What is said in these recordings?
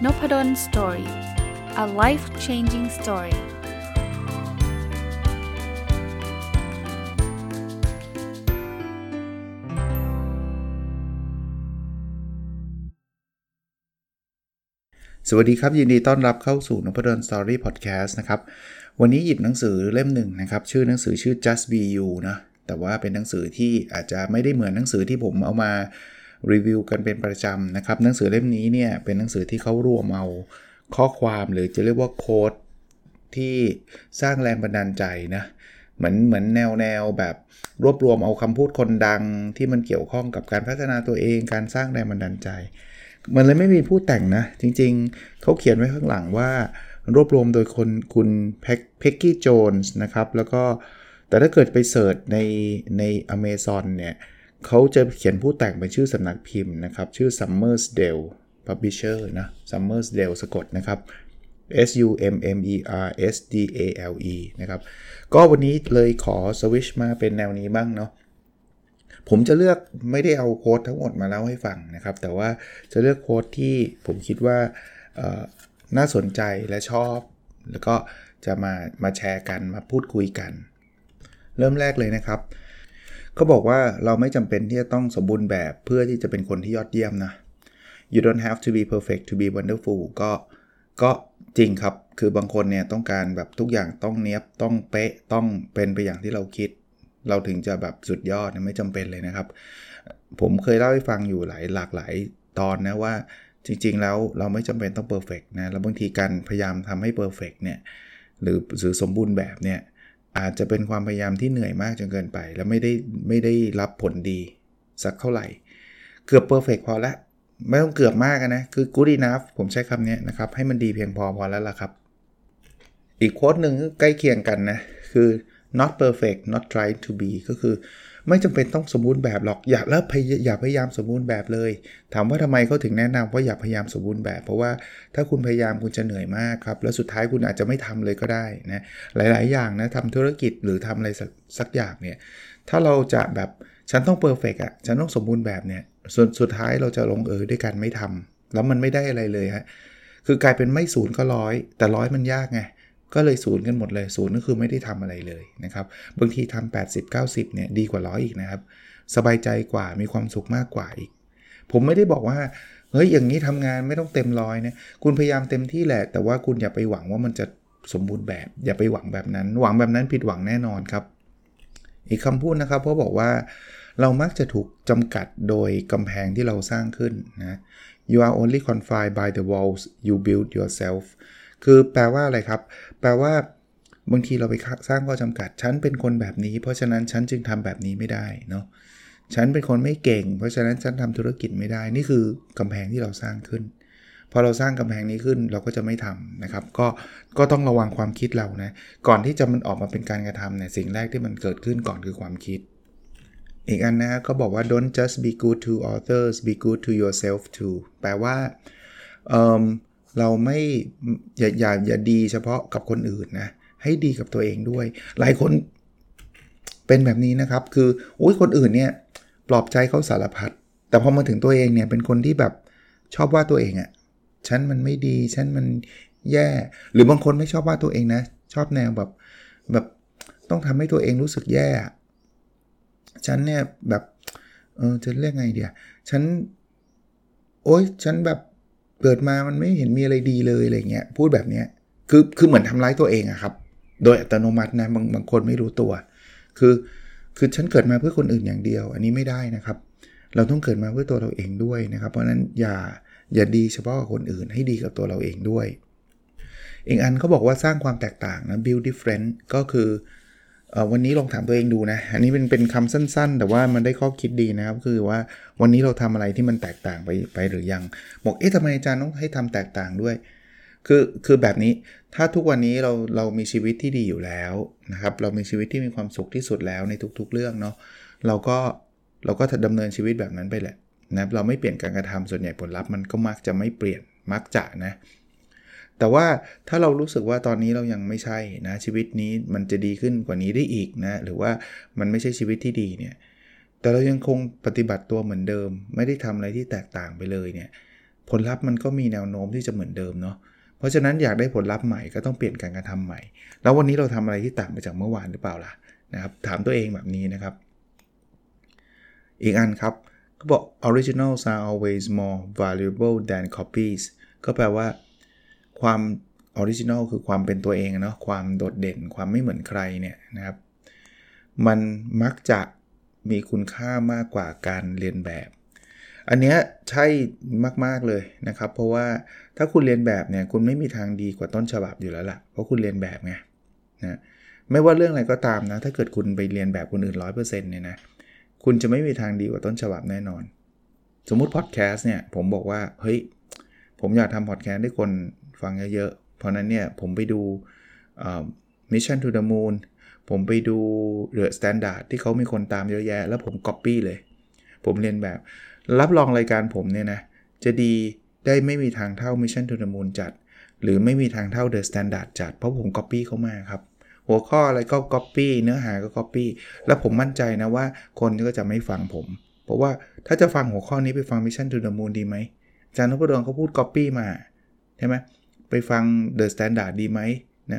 Nopadon Story. A life-changing story. สวัสดีครับยินดีต้อนรับเข้าสู่ Nopadon Story Podcast นะครับวันนี้หยิบหนังสือเล่มหนึ่งนะครับชื่อหนังสือชื่อ Just Be You นะแต่ว่าเป็นหนังสือที่อาจจะไม่ได้เหมือนหนังสือที่ผมเอามารีวิวกันเป็นประจำนะครับหนังสือเล่มนี้เนี่ยเป็นหนังสือที่เขารวมเอาข้อความหรือจะเรียกว่าโค้ดที่สร้างแรงบันดาลใจนะเหมือนแนวแบบรวบรวมเอาคำพูดคนดังที่มันเกี่ยวข้องกับการพัฒนาตัวเองการสร้างแรงบันดาลใจมันเลยไม่มีผู้แต่งนะจริงๆเขาเขียนไว้ข้างหลังว่ารวบรวมโดยคุณเพ็กกี้โจนส์นะครับแล้วก็แต่ถ้าเกิดไปเสิร์ชใน Amazon เนี่ยเขาจะเขียนผู้แต่งเป็นชื่อสำนักพิมพ์นะครับชื่อ Summersdale Publisher นะ Summersdale สะกดนะครับ Summersdale นะครับก็วันนี้เลยขอสวิชมาเป็นแนวนี้บ้างเนาะผมจะเลือกไม่ได้เอาโค้ดทั้งหมดมาเล่าให้ฟังนะครับแต่ว่าจะเลือกโค้ดที่ผมคิดว่าน่าสนใจและชอบแล้วก็จะมาแชร์กันมาพูดคุยกันเริ่มแรกเลยนะครับเขาบอกว่าเราไม่จำเป็นที่จะต้องสมบูรณ์แบบเพื่อที่จะเป็นคนที่ยอดเยี่ยมนะ You don't have to be perfect to be wonderful ก็จริงครับคือบางคนเนี่ยต้องการแบบทุกอย่างต้องเนียบต้องเป๊ะต้องเป็นไปอย่างที่เราคิดเราถึงจะแบบสุดยอดไม่จำเป็นเลยนะครับผมเคยเล่าให้ฟังอยู่หลากหลายตอนนะว่าจริงๆแล้วเราไม่จำเป็นต้องเพอร์เฟกต์นะแล้วบางทีการพยายามทำให้เพอร์เฟกต์เนี่ยหรือสมบูรณ์แบบเนี่ยอาจจะเป็นความพยายามที่เหนื่อยมากจนเกินไปแล้วไม่ได้รับผลดีสักเท่าไหร่เกือบเพอร์เฟกต์พอแล้วไม่ต้องเกือบมากนะคือ good enough ผมใช้คำนี้นะครับให้มันดีเพียงพอแล้วล่ะครับอีกโค้ดหนึ่งใกล้เคียงกันนะคือnot perfect not trying to be ก็คือไม่จำเป็นต้องสมบูรณ์แบบหรอกอย่าพยายามสมบูรณ์แบบเลยถามว่าทำไมเขาถึงแนะนำว่าอย่าพยายามสมบูรณ์แบบเพราะว่าถ้าคุณพยายามคุณจะเหนื่อยมากครับแล้วสุดท้ายคุณอาจจะไม่ทำเลยก็ได้นะหลายๆอย่างนะทำธุรกิจหรือทำอะไรสักอย่างเนี่ยถ้าเราจะแบบฉันต้อง perfect อ่ะฉันต้องสมบูรณ์แบบเนี่ยสุดท้ายเราจะลงด้วยกันไม่ทำแล้วมันไม่ได้อะไรเลยฮะคือกลายเป็นไม่0ก็100แต่100มันยากไงก็เลย0กันหมดเลย0ก็คือไม่ได้ทำอะไรเลยนะครับบางทีทำ80-90เนี่ยดีกว่า100อีกนะครับสบายใจกว่ามีความสุขมากกว่าอีกผมไม่ได้บอกว่าเฮ้ยอย่างนี้ทำงานไม่ต้องเต็ม100นะคุณพยายามเต็มที่แหละแต่ว่าคุณอย่าไปหวังว่ามันจะสมบูรณ์แบบอย่าไปหวังแบบนั้นผิดหวังแน่นอนครับอีกคำพูดนะครับเพราะบอกว่าเรามักจะถูกจำกัดโดยกำแพงที่เราสร้างขึ้นนะ You are only confined by the walls you build yourselfคือแปลว่าอะไรครับแปลว่าบางทีเราไปสร้างข้อจำกัดฉันเป็นคนแบบนี้เพราะฉะนั้นฉันจึงทำแบบนี้ไม่ได้เนาะฉันเป็นคนไม่เก่งเพราะฉะนั้นฉันทำธุรกิจไม่ได้นี่คือกำแพงที่เราสร้างขึ้นพอเราสร้างกำแพงนี้ขึ้นเราก็จะไม่ทำนะครับก็ต้องระวังความคิดเรานะก่อนที่จะมันออกมาเป็นการกระทำเนี่ยสิ่งแรกที่มันเกิดขึ้นก่อนคือความคิดอีกอันนะเขาบอกว่า don't just be good to others be good to yourself too แปลว่าเราไม่อย่าดีเฉพาะกับคนอื่นนะให้ดีกับตัวเองด้วยหลายคนเป็นแบบนี้นะครับคือคนอื่นเนี่ยปลอบใจเขาสารพัดแต่พอมาถึงตัวเองเนี่ยเป็นคนที่แบบชอบว่าตัวเองอ่ะฉันมันไม่ดีฉันมันแย่หรือบางคนไม่ชอบว่าตัวเองนะชอบแนวแบบต้องทำให้ตัวเองรู้สึกแย่ฉันเนี่ยแบบจะเรียกไงเดียฉันแบบเกิดมามันไม่เห็นมีอะไรดีเลยอะไรเงี้ยพูดแบบเนี้ยคือเหมือนทำร้ายตัวเองอะครับโดยอัตโนมัตินะบางคนไม่รู้ตัวคือฉันเกิดมาเพื่อคนอื่นอย่างเดียวอันนี้ไม่ได้นะครับเราต้องเกิดมาเพื่อตัวเราเองด้วยนะครับเพราะนั้นอย่าดีเฉพาะกับคนอื่นให้ดีกับตัวเราเองด้วยอีกอันเขาบอกว่าสร้างความแตกต่างนะ build different ก็คือวันนี้ลองถามตัวเองดูนะอันนี้เป็นคำสั้นๆแต่ว่ามันได้ข้อคิดดีนะครับคือว่าวันนี้เราทำอะไรที่มันแตกต่างไปหรือยังบอกทำไมอาจารย์ต้องให้ทำแตกต่างด้วยคือแบบนี้ถ้าทุกวันนี้เรามีชีวิตที่ดีอยู่แล้วนะครับเรามีชีวิตที่มีความสุขที่สุดแล้วในทุกๆเรื่องเนาะเราก็ดำเนินชีวิตแบบนั้นไปแหละนะเราไม่เปลี่ยนการกระทำส่วนใหญ่ผลลัพธ์มันก็มักจะไม่เปลี่ยนมักจะนะแต่ว่าถ้าเรารู้สึกว่าตอนนี้เรายังไม่ใช่นะชีวิตนี้มันจะดีขึ้นกว่านี้ได้อีกนะหรือว่ามันไม่ใช่ชีวิตที่ดีเนี่ยแต่เรายังคงปฏิบัติตัวเหมือนเดิมไม่ได้ทำอะไรที่แตกต่างไปเลยเนี่ยผผลลัพธ์มันก็มีแนวโน้มที่จะเหมือนเดิมเนาะเพราะฉะนั้นอยากได้ผลลัพธ์ใหม่ก็ต้องเปลี่ยนการกระทำใหม่แล้ววันนี้เราทำอะไรที่ต่างไปจากเมื่อวานหรือเปล่าล่ะนะครับถามตัวเองแบบนี้นะครับอีกอันครับก็บอก originals are always more valuable than copies ก็แปลว่าความ original คือความเป็นตัวเองเนาะความโดดเด่นความไม่เหมือนใครเนี่ยนะครับมันมักจะมีคุณค่ามากกว่าการเรียนแบบอันเนี้ยใช่มากๆเลยนะครับเพราะว่าถ้าคุณเรียนแบบเนี่ยคุณไม่มีทางดีกว่าต้นฉบับอยู่แล้วล่ะเพราะคุณเรียนแบบไงนะไม่ว่าเรื่องอะไรก็ตามนะถ้าเกิดคุณไปเรียนแบบคนอื่น 100% เนี่ยนะคุณจะไม่มีทางดีกว่าต้นฉบับแน่นอนสมมุติพอดแคสต์เนี่ยผมบอกว่าเฮ้ยผมอยากทำพอดแคสต์ให้คนฟังเยอะๆเพราะนั้นเนี่ยผมไปดูMission to the Moon ผมไปดู The Standard ที่เขามีคนตามเยอะแยะแล้วผม copy เลยผมเรียนแบบรับรองรายการผมเนี่ยนะจะดีได้ไม่มีทางเท่า Mission to the Moon จัดหรือไม่มีทางเท่า The Standard จัดเพราะผม copy เข้ามาครับหัวข้ออะไรก็ copy เนื้อหาก็ copy แล้วผมมั่นใจนะว่าคนก็จะไม่ฟังผมเพราะว่าถ้าจะฟังหัวข้อนี้ไปฟัง Mission to the Moon ดีไหมอาจารย์นพดลเขาพูด copy มาใช่ไหมไปฟัง The Standard ดีไหมนะ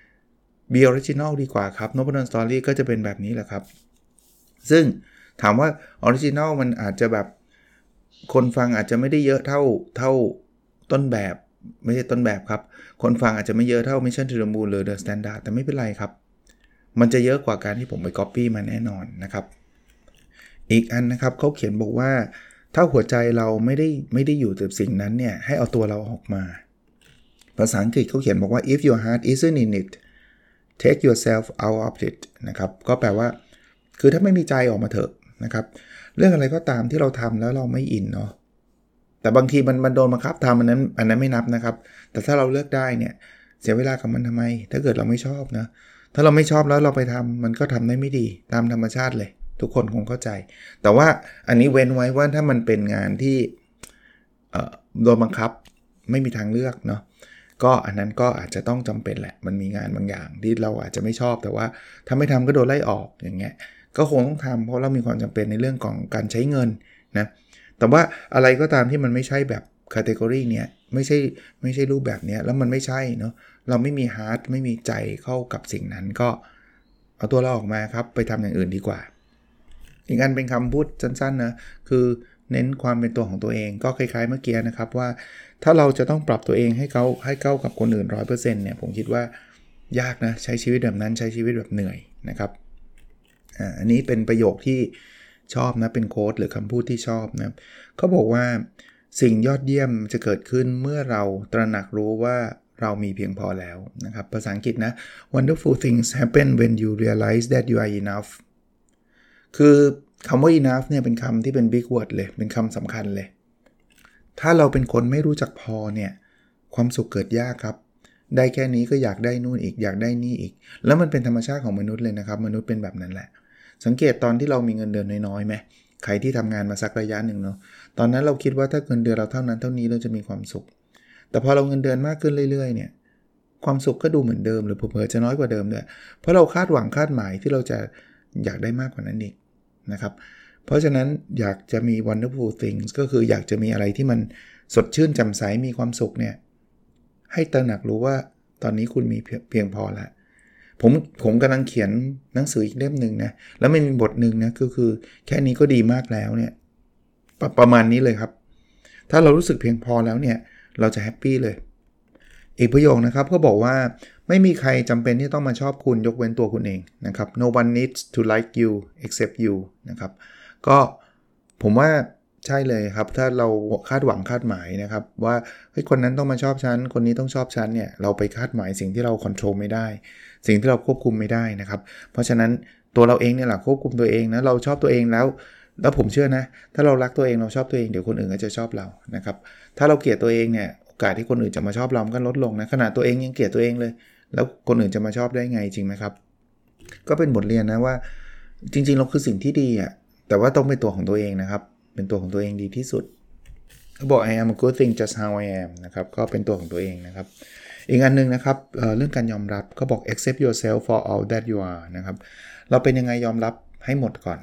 Be Original ดีกว่าครับนพดล Story ก็จะเป็นแบบนี้แหละครับซึ่งถามว่า Original มันอาจจะแบบคนฟังอาจจะไม่ได้เยอะเท่าต้นแบบไม่ใช่ต้นแบบครับคนฟังอาจจะไม่เยอะเท่า Mission to the Moon หรือ The Standard แต่ไม่เป็นไรครับมันจะเยอะกว่าการที่ผมไป copy มาแน่นอนนะครับอีกอันนะครับเขาเขียนบอกว่าถ้าหัวใจเราไม่ได้อยู่กับสิ่งนั้นเนี่ยให้เอาตัวเราออกมาภาษาอังกฤษเขาเขียนบอกว่า if your heart isn't in it take yourself out of it นะครับก็แปลว่าคือถ้าไม่มีใจออกมาเถอะนะครับเรื่องอะไรก็ตามที่เราทำแล้วเราไม่อินเนาะแต่บางทีมันโดนบังคับทำอันนั้นไม่นับนะครับแต่ถ้าเราเลือกได้เนี่ยเสียเวลากับมันทำไมถ้าเกิดเราไม่ชอบนะถ้าเราไม่ชอบแล้วเราไปทำมันก็ทำได้ไม่ดีตามธรรมชาติเลยทุกคนคงเข้าใจแต่ว่าอันนี้เว้นไว้ว่าถ้ามันเป็นงานที่โดนบังคับไม่มีทางเลือกเนาะก็อันนั้นก็อาจจะต้องจำเป็นแหละมันมีงานบางอย่างที่เราอาจจะไม่ชอบแต่ว่าถ้าไม่ทำก็โดนไล่ออกอย่างเงี้ยก็คงต้องทำเพราะเรามีความจำเป็นในเรื่องของการใช้เงินนะแต่ว่าอะไรก็ตามที่มันไม่ใช่แบบแคตตากรีเนี่ยไม่ใช่รูปแบบนี้แล้วมันไม่ใช่เนาะเราไม่มีฮาร์ทไม่มีใจเข้ากับสิ่งนั้นก็เอาตัวเราออกมาครับไปทำอย่างอื่นดีกว่าอีกอันเป็นคำพูดสั้นๆนะคือเน้นความเป็นตัวของตัวเองก็คล้ายๆเมื่อกี้นะครับว่าถ้าเราจะต้องปรับตัวเองให้เข้ากับคนอื่น 100% เนี่ยผมคิดว่ายากนะใช้ชีวิตแบบนั้นใช้ชีวิตแบบเหนื่อยนะครับอันนี้เป็นประโยคที่ชอบนะเป็นโค้ดหรือคำพูดที่ชอบนะเขาบอกว่าสิ่งยอดเยี่ยมจะเกิดขึ้นเมื่อเราตระหนักรู้ว่าเรามีเพียงพอแล้วนะครับภาษาอังกฤษนะ Wonderful things happen when you realize that you are enough คือคำว่า enough เนี่ยเป็นคำที่เป็น big word เลยเป็นคำสำคัญเลยถ้าเราเป็นคนไม่รู้จักพอเนี่ยความสุขเกิดยากครับได้แค่นี้ก็อยากได้นู่นอีกอยากได้นี่อีกแล้วมันเป็นธรรมชาติของมนุษย์เลยนะครับมนุษย์เป็นแบบนั้นแหละสังเกตตอนที่เรามีเงินเดือนน้อยๆไหมใครที่ทำงานมาสักระยะหนึ่งเนาะตอนนั้นเราคิดว่าถ้าเงินเดือนเราเท่านั้นเท่านี้เราจะมีความสุขแต่พอเราเงินเดือนมากขึ้นเรื่อยๆเนี่ยความสุขก็ดูเหมือนเดิมหรือเผลอๆจะน้อยกว่าเดิมด้วยเพราะเราคาดหวังคาดหมายที่เราจะอยากได้มากกว่านั้นอีกนะครับเพราะฉะนั้นอยากจะมี wonderful things ก็คืออยากจะมีอะไรที่มันสดชื่นแจ่มใสมีความสุขเนี่ยให้ตระหนักรู้ว่าตอนนี้คุณมีเพียงพอแล้วผมกำลังเขียนหนังสืออีกเล่มนึงนะแล้วมันมีบทนึงนะก็คือแค่นี้ก็ดีมากแล้วเนี่ยประมาณนี้เลยครับถ้าเรารู้สึกเพียงพอแล้วเนี่ยเราจะแฮปปี้เลยอีกประโยคนะครับก็บอกว่าไม่มีใครจำเป็นที่ต้องมาชอบคุณยกเว้นตัวคุณเองนะครับ no one needs to like you except you นะครับก็ผมว่าใช่เลยครับถ้าเราคาดหวังคาดหมายนะครับว่าเฮ้ยคนนั้นต้องมาชอบฉันคนนี้ต้องชอบฉันเนี่ยเราไปคาดหมายสิ่งที่เราควบคุมไม่ได้สิ่งที่เราควบคุมไม่ได้นะครับเพราะฉะนั้นตัวเราเองเนี่ยแหละควบคุมตัวเองนะเราชอบตัวเองแล้วผมเชื่อนะถ้าเรารักตัวเองเราชอบตัวเองเดี๋ยวคนอื่นก็จะชอบเรานะครับถ้าเราเกลียดตัวเองเนี่ยโอกาสที่คนอื่นจะมาชอบเราก็ลดลงนะขนาดตัวเองยังเกลียดตัวเองเลยแล้วคนอื่นจะมาชอบได้ไงจริงไหมครับก็เป็นบทเรียนนะว่าจริงๆเราคือสิ่งที่ดีอ่ะแต่ว่าต้องเป็นตัวของตัวเองนะครับเป็นตัวของตัวเองดีที่สุดเขาบอก I am a good thing just how I am นะครับก็เป็นตัวของตัวเองนะครับอีกอันนึงนะครับเรื่องการยอมรับก็บอก accept yourself for all that you are นะครับเราเป็นยังไงยอมรับให้หมดก่อน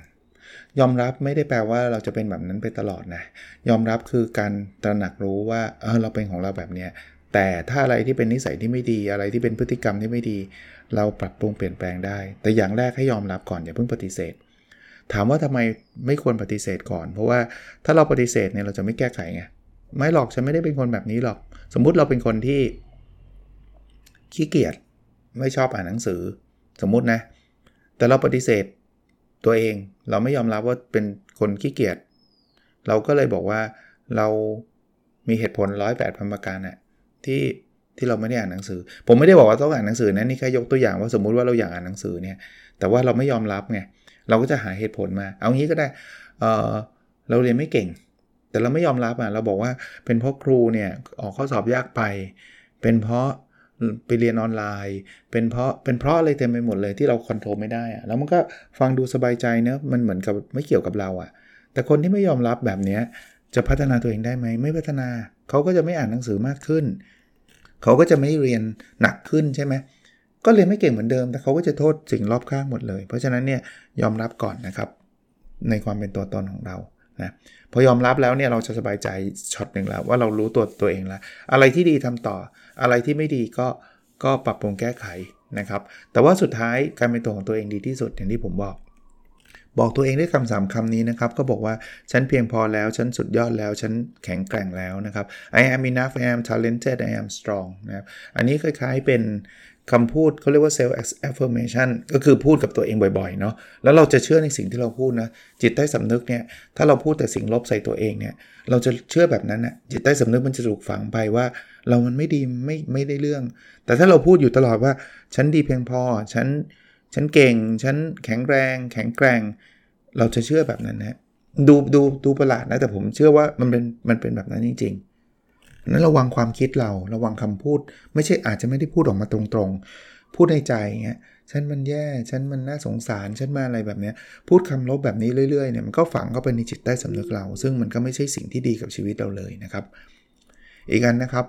ยอมรับไม่ได้แปลว่าเราจะเป็นแบบนั้นไปตลอดนะยอมรับคือการตระหนักรู้ว่าเราเป็นของเราแบบเนี้ยแต่ถ้าอะไรที่เป็นนิสัยที่ไม่ดีอะไรที่เป็นพฤติกรรมที่ไม่ดีเราปรับปรุงเปลี่ยนแปลงได้แต่อย่างแรกให้ยอมรับก่อนอย่าเพิ่งปฏิเสธถามว่าทำไมไม่ควรปฏิเสธก่อนเพราะว่าถ้าเราปฏิเสธเนี่ยเราจะไม่แก้ไขไงไม่หรอกฉันไม่ได้เป็นคนแบบนี้หรอกสมมุติเราเป็นคนที่ขี้เกียจไม่ชอบอ่านหนังสือสมมุตินะแต่เราปฏิเสธตัวเองเราไม่ยอมรับว่าเป็นคนขี้เกียจเราก็เลยบอกว่าเรามีเหตุผล108 ประการน่ะที่เราไม่ได้อ่านหนังสือผมไม่ได้บอกว่าต้องอ่านหนังสือนะนี่แค่ยกตัวอย่างว่าสมมุติว่าเราอยากอ่านหนังสือเนี่ยแต่ว่าเราไม่ยอมรับไงเราก็จะหาเหตุผลมาเอางี้ก็ได้เราเรียนไม่เก่งแต่เราไม่ยอมรับเราบอกว่าเป็นเพราะครูเนี่ยออกข้อสอบยากไปเป็นเพราะไปเรียนออนไลน์เป็นเพราะอะไรเต็มไปหมดเลยที่เราคอนโทรลไม่ได้แล้วมันก็ฟังดูสบายใจเนอะมันเหมือนกับไม่เกี่ยวกับเราแต่คนที่ไม่ยอมรับแบบนี้จะพัฒนาตัวเองได้ไหมไม่พัฒนาเขาก็จะไม่อ่านหนังสือมากขึ้นเขาก็จะไม่เรียนหนักขึ้นใช่ไหมก็เรียนไม่เก่งเหมือนเดิมแต่เขาก็จะโทษสิ่งรอบข้างหมดเลยเพราะฉะนั้นเนี่ยยอมรับก่อนนะครับในความเป็นตัวตนของเรานะพอยอมรับแล้วเนี่ยเราจะสบายใจช็อตหนึ่งแล้วว่าเรารู้ตัวเองแล้วอะไรที่ดีทำต่ออะไรที่ไม่ดีก็ปรับปรุงแก้ไขนะครับแต่ว่าสุดท้ายการเป็นตัวของตัวเองดีที่สุดอย่างที่ผมบอกตัวเองด้วยคำ3 คำนี้นะครับก็บอกว่าฉันเพียงพอแล้วฉันสุดยอดแล้วฉันแข็งแกร่งแล้วนะครับ I am enough I am talented I am strong นะครับอันนี้คล้ายๆเป็นคำพูดเขาเรียกว่า self affirmation ก็คือพูดกับตัวเองบ่อยๆเนาะแล้วเราจะเชื่อในสิ่งที่เราพูดนะจิตใต้สำนึกเนี่ยถ้าเราพูดแต่สิ่งลบใส่ตัวเองเนี่ยเราจะเชื่อแบบนั้นนะจิตใต้สำนึกมันจะถูกฝังไปว่าเรามันไม่ดีไม่ได้เรื่องแต่ถ้าเราพูดอยู่ตลอดว่าฉันดีเพียงพอฉันเก่งฉันแข็งแรงแข็งแกร่งเราจะเชื่อแบบนั้นนะดูประหลาดนะแต่ผมเชื่อว่ามันเป็นแบบนั้นจริงๆนั้นระวังความคิดเราระวังคำพูดไม่ใช่อาจจะไม่ได้พูดออกมาตรงๆพูดในใจเงี้ยฉันมันแย่ฉันมันน่าสงสารฉันมาอะไรแบบนี้พูดคำลบแบบนี้เรื่อยๆเนี่ยมันก็ฝังเข้าไปในจิตใต้สำนึกเราซึ่งมันก็ไม่ใช่สิ่งที่ดีกับชีวิตเราเลยนะครับอีกอันนะครับ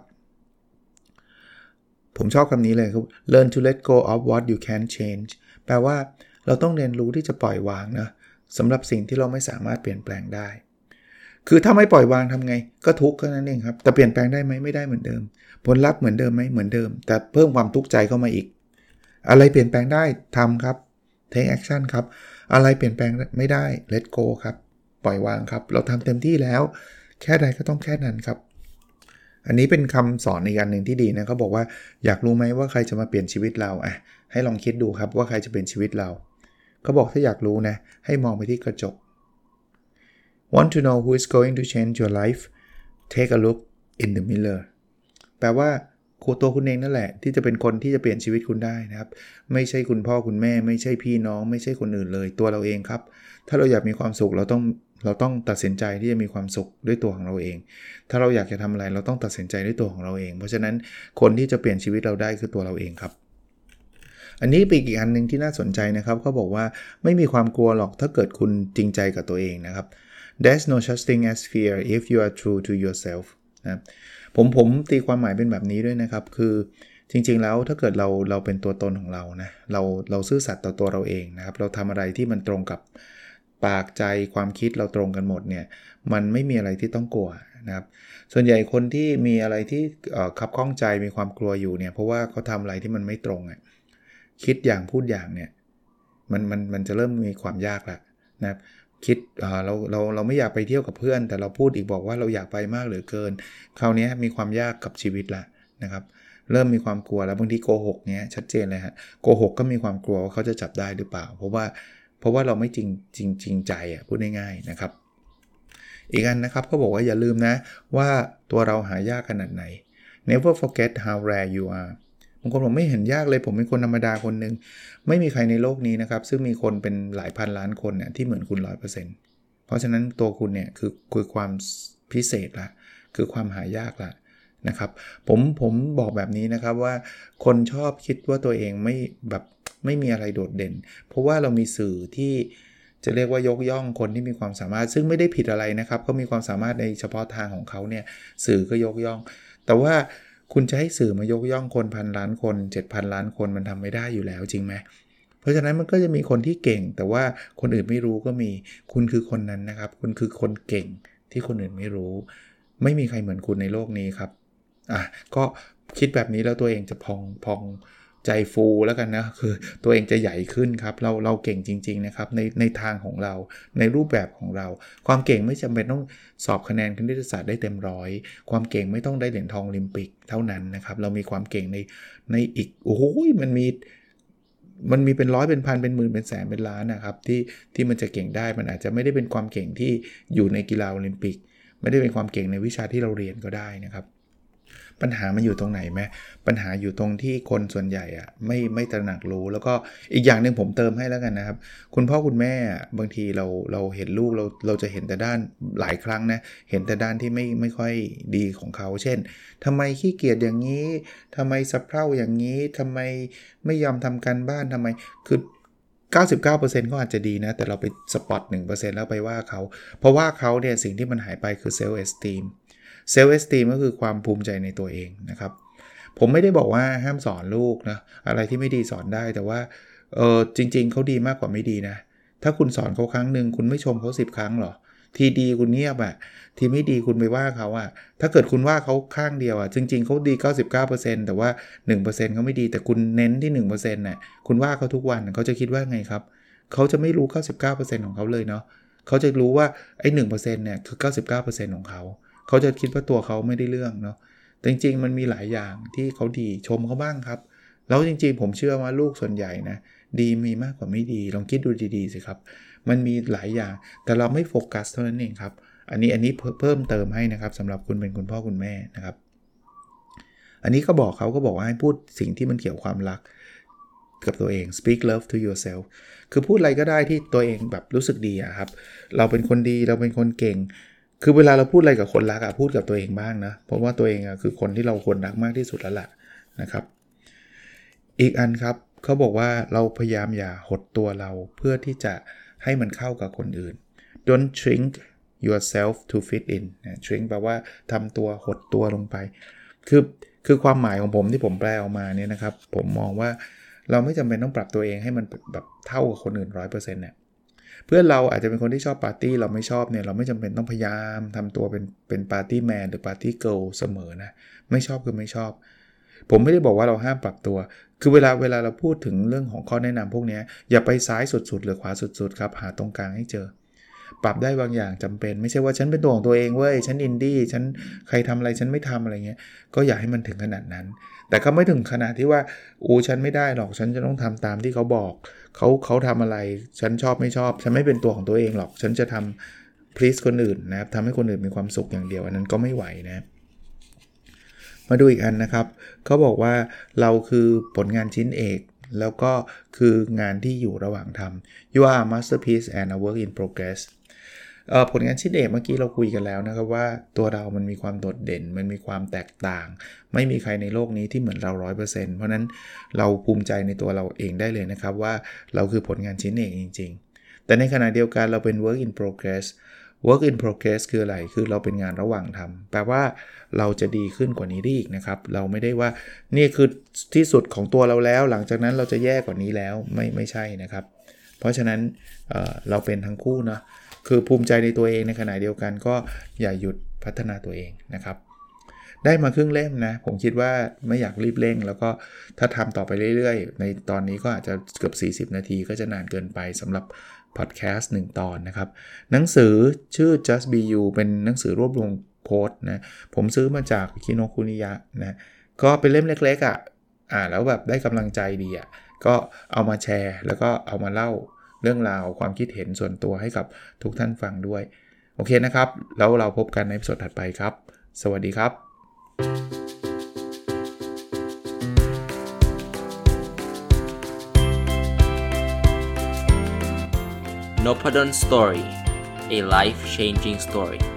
ผมชอบคำนี้เลยครับ learn to let go of what you can't change แปลว่าเราต้องเรียนรู้ที่จะปล่อยวางนะสำหรับสิ่งที่เราไม่สามารถเปลี่ยนแปลงได้คือถ้าไม่ปล่อยวางทำไงก็ทุกข์แค่นั้นเองครับแต่เปลี่ยนแปลงได้ไหมไม่ได้เหมือนเดิมผลลัพธ์เหมือนเดิมไหมเหมือนเดิมแต่เพิ่มความทุกข์ใจเข้ามาอีกอะไรเปลี่ยนแปลงได้ทำครับ take action ครับอะไรเปลี่ยนแปลงไม่ได้ let go ครับปล่อยวางครับเราทำเต็มที่แล้วแค่ใดก็ต้องแค่นั้นครับอันนี้เป็นคำสอนในการหนึ่งที่ดีนะเขาบอกว่าอยากรู้ไหมว่าใครจะมาเปลี่ยนชีวิตเราให้ลองคิดดูครับว่าใครจะเป็นชีวิตเราเขาบอกถ้าอยากรู้นะให้มองไปที่กระจก Want to know who is going to change your life? Take a look in the mirror แปลว่าตัวคุณเองนั่นแหละที่จะเป็นคนที่จะเปลี่ยนชีวิตคุณได้นะครับไม่ใช่คุณพ่อคุณแม่ไม่ใช่พี่น้องไม่ใช่คนอื่นเลยตัวเราเองครับถ้าเราอยากมีความสุขเราต้องตัดสินใจที่จะมีความสุขด้วยตัวของเราเองถ้าเราอยากจะทำอะไรเราต้องตัดสินใจด้วยตัวของเราเองเพราะฉะนั้นคนที่จะเปลี่ยนชีวิตเราได้คือตัวเราเองครับอันนี้เป็นอีกอันนึงที่น่าสนใจนะครับเขาบอกว่าไม่มีความกลัวหรอกถ้าเกิดคุณจริงใจกับตัวเองนะครับ There's no such thing as fear if you are true to yourself นะผมตีความหมายเป็นแบบนี้ด้วยนะครับคือจริงๆแล้วถ้าเกิดเราเป็นตัวตนของเรานะเราซื่อสัตย์ต่อตัวเราเองนะครับเราทำอะไรที่มันตรงกับปากใจความคิดเราตรงกันหมดเนี่ยมันไม่มีอะไรที่ต้องกลัวนะครับส่วนใหญ่คนที่มีอะไรที่ขับข้องใจมีความกลัวอยู่เนี่ยเพราะว่าเขาทำอะไรที่มันไม่ตรงคิดอย่างพูดอย่างเนี่ยมันจะเริ่มมีความยากแล้วนะครับคิดเราไม่อยากไปเที่ยวกับเพื่อนแต่เราพูดอีกบอกว่าเราอยากไปมากเหลือเกินคราวนี้มีความยากกับชีวิตละนะครับเริ่มมีความกลัวแล้วบางทีโกหกเนี้ยชัดเจนเลยฮะโกหกก็มีความกลัวว่าเขาจะจับได้หรือเปล่าเพราะว่าเราไม่จริงใจพูดง่ายๆนะครับอีกอันนะครับเขาบอกว่าอย่าลืมนะว่าตัวเราหายากขนาดไหน Never forget how rare you areบางคนบอกไม่เห็นยากเลยผมเป็นคนธรรมดาคนนึงไม่มีใครในโลกนี้นะครับซึ่งมีคนเป็นหลายพันล้านคนเนี่ยที่เหมือนคุณ 100% เพราะฉะนั้นตัวคุณเนี่ยคือความพิเศษละคือความหายากละนะครับผมบอกแบบนี้นะครับว่าคนชอบคิดว่าตัวเองไม่มีอะไรโดดเด่นเพราะว่าเรามีสื่อที่จะเรียกว่ายกย่องคนที่มีความสามารถซึ่งไม่ได้ผิดอะไรนะครับเขามีความสามารถในเฉพาะทางของเขาเนี่ยสื่อก็ยกย่องแต่ว่าคุณจะให้สื่อมายกย่องคนพันล้านคน 7,000 ล้านคนมันทำไม่ได้อยู่แล้วจริงไหมเพราะฉะนั้นมันก็จะมีคนที่เก่งแต่ว่าคนอื่นไม่รู้ก็มีคุณคือคนนั้นนะครับคุณคือคนเก่งที่คนอื่นไม่รู้ไม่มีใครเหมือนคุณในโลกนี้ครับก็คิดแบบนี้แล้วตัวเองจะพองใจฟูแล้วกันนะคือตัวเองจะใหญ่ขึ้นครับเราเก่งจริงๆนะครับในทางของเราในรูปแบบของเราความเก่งไม่จำเป็นต้องสอบคะแนนคณิตศาสตร์ได้เต็มร้อยความเก่งไม่ต้องได้เหรียญทองโอลิมปิกเท่านั้นนะครับเรามีความเก่งในอีกโอ้โหมันมีเป็นร้อยเป็นพันเป็นหมื่นเป็นแสนเป็นล้านนะครับที่มันจะเก่งได้มันอาจจะไม่ได้เป็นความเก่งที่อยู่ในกีฬาโอลิมปิกไม่ได้เป็นความเก่งในวิชาที่เราเรียนก็ได้นะครับปัญหามันอยู่ตรงไหนไหมปัญหาอยู่ตรงที่คนส่วนใหญ่ไม่ตระหนักรู้แล้วก็อีกอย่างนึงผมเติมให้แล้วกันนะครับคุณพ่อคุณแม่บางทีเราเห็นลูกเราจะเห็นแต่ด้านหลายครั้งนะเห็นแต่ด้านที่ไม่ค่อยดีของเขาเช่นทำไมขี้เกียจอย่างนี้ทำไมสะเพร่าอย่างนี้ทำไมไม่ยอมทำการบ้านทำไมคือ 99% ก็อาจจะดีนะแต่เราไปสปอต 1% แล้วไปว่าเขาเพราะว่าเขาเนี่ยสิ่งที่มันหายไปคือเซลฟ์เอสตีมก็คือความภูมิใจในตัวเองนะครับผมไม่ได้บอกว่าห้ามสอนลูกนะอะไรที่ไม่ดีสอนได้แต่ว่าจริงๆเขาดีมากกว่าไม่ดีนะถ้าคุณสอนเขาครั้งนึงคุณไม่ชมเขา10 ครั้งหรอทีดีคุณเงียบทีไม่ดีคุณไปว่าเขาถ้าเกิดคุณว่าเขาข้างเดียวจริงๆเขาดี 99% แต่ว่า 1% เขาไม่ดีแต่คุณเน้นที่ 1% น่ะคุณว่าเขาทุกวันเขาจะคิดว่าไงครับเขาจะไม่รู้ 99% ของเขาเลยเนาะเขาจะรู้ว่าไอ้ 1% เนี่ยคือ 99% ของเขาจะคิดว่าตัวเขาไม่ได้เรื่องเนาะแต่จริงๆมันมีหลายอย่างที่เขาดีชมเขาบ้างครับแล้วจริงๆผมเชื่อว่าลูกส่วนใหญ่นะดีมีมากกว่าไม่ดีลองคิดดูดีๆสิครับมันมีหลายอย่างแต่เราไม่โฟกัสเท่านั้นเองครับอันนี้เพิ่มเติมให้นะครับสำหรับคุณเป็นคุณพ่อคุณแม่นะครับอันนี้เขาบอกว่าให้พูดสิ่งที่มันเกี่ยวความรักกับตัวเอง speak love to yourself คือพูดอะไรก็ได้ที่ตัวเองแบบรู้สึกดีครับเราเป็นคนดีเราเป็นคนเก่งคือเวลาเราพูดอะไรกับคนรักพูดกับตัวเองบ้างนะเพราะว่าตัวเองคือคนที่เราควรรักมากที่สุดแล้วล่ะนะครับอีกอันครับเขาบอกว่าเราพยายามอย่าหดตัวเราเพื่อที่จะให้มันเข้ากับคนอื่น don't shrink yourself to fit in shrink แปลว่าทำตัวหดตัวลงไปคือความหมายของผมที่ผมแปลออกมาเนี่ยนะครับผมมองว่าเราไม่จำเป็นต้องปรับตัวเองให้มันแบบเท่ากับคนอื่น 100% เนี่ยเพื่อนเราอาจจะเป็นคนที่ชอบปาร์ตี้เราไม่ชอบเนี่ยเราไม่จำเป็นต้องพยายามทำตัวเป็นปาร์ตี้แมนหรือปาร์ตี้เกิร์ลเสมอนะไม่ชอบคือไม่ชอบผมไม่ได้บอกว่าเราห้ามปรับตัวคือเวลาเราพูดถึงเรื่องของข้อแนะนำพวกนี้อย่าไปซ้ายสุดๆหรือขวาสุดๆครับหาตรงกลางให้เจอปรับได้บางอย่างจำเป็นไม่ใช่ว่าฉันเป็นตัวของตัวเองเว้ยฉันอินดี้ฉันใครทำอะไรฉันไม่ทำอะไรเงี้ยก็อย่าให้มันถึงขนาดนั้นแต่ก็ไม่ถึงขนาดที่ว่าฉันไม่ได้หรอกฉันจะต้องทำตามที่เขาบอกเขาทำอะไรฉันชอบไม่ชอบฉันไม่เป็นตัวของตัวเองหรอกฉันจะทำ please คนอื่นนะครับทำให้คนอื่นมีความสุขอย่างเดียวอันนั้นก็ไม่ไหวนะมาดูอีกอันนะครับเขาบอกว่าเราคือผลงานชิ้นเอกแล้วก็คืองานที่อยู่ระหว่างทำ you are a masterpiece and a work in progress ผลงานชิ้นเอกเมื่อกี้เราคุยกันแล้วนะครับว่าตัวเรามันมีความโดดเด่นมันมีความแตกต่างไม่มีใครในโลกนี้ที่เหมือนเรา 100% เพราะนั้นเราภูมิใจในตัวเราเองได้เลยนะครับว่าเราคือผลงานชิ้นเอกจริงๆแต่ในขณะเดียวกันเราเป็น work in progress คืออะไรคือเราเป็นงานระหว่างทำแปลว่าเราจะดีขึ้นกว่านี้ได้อีกนะครับเราไม่ได้ว่านี่คือที่สุดของตัวเราแล้วหลังจากนั้นเราจะแย่กว่านี้แล้วไม่ใช่นะครับเพราะฉะนั้นเราเป็นทั้งคู่นะคือภูมิใจในตัวเองในขณะเดียวกันก็อย่าหยุดพัฒนาตัวเองนะครับได้มาครึ่งเล่มนะผมคิดว่าไม่อยากรีบเร่งแล้วก็ถ้าทำต่อไปเรื่อยๆในตอนนี้ก็อาจจะเกือบ40นาทีก็จะนานเกินไปสำหรับพอดแคสต์1ตอนนะครับหนังสือชื่อ Just Be You เป็นหนังสือรวบรวมโค้ดนะผมซื้อมาจากคิโนคุนิยะนะก็เป็นเล่มเล็กๆแล้วแบบได้กำลังใจดีก็เอามาแชร์แล้วก็เอามาเล่าเรื่องราวความคิดเห็นส่วนตัวให้กับทุกท่านฟังด้วยโอเคนะครับแล้วเราพบกันในตอนถัดไปครับสวัสดีครับ Nopadon Story, a life-changing story.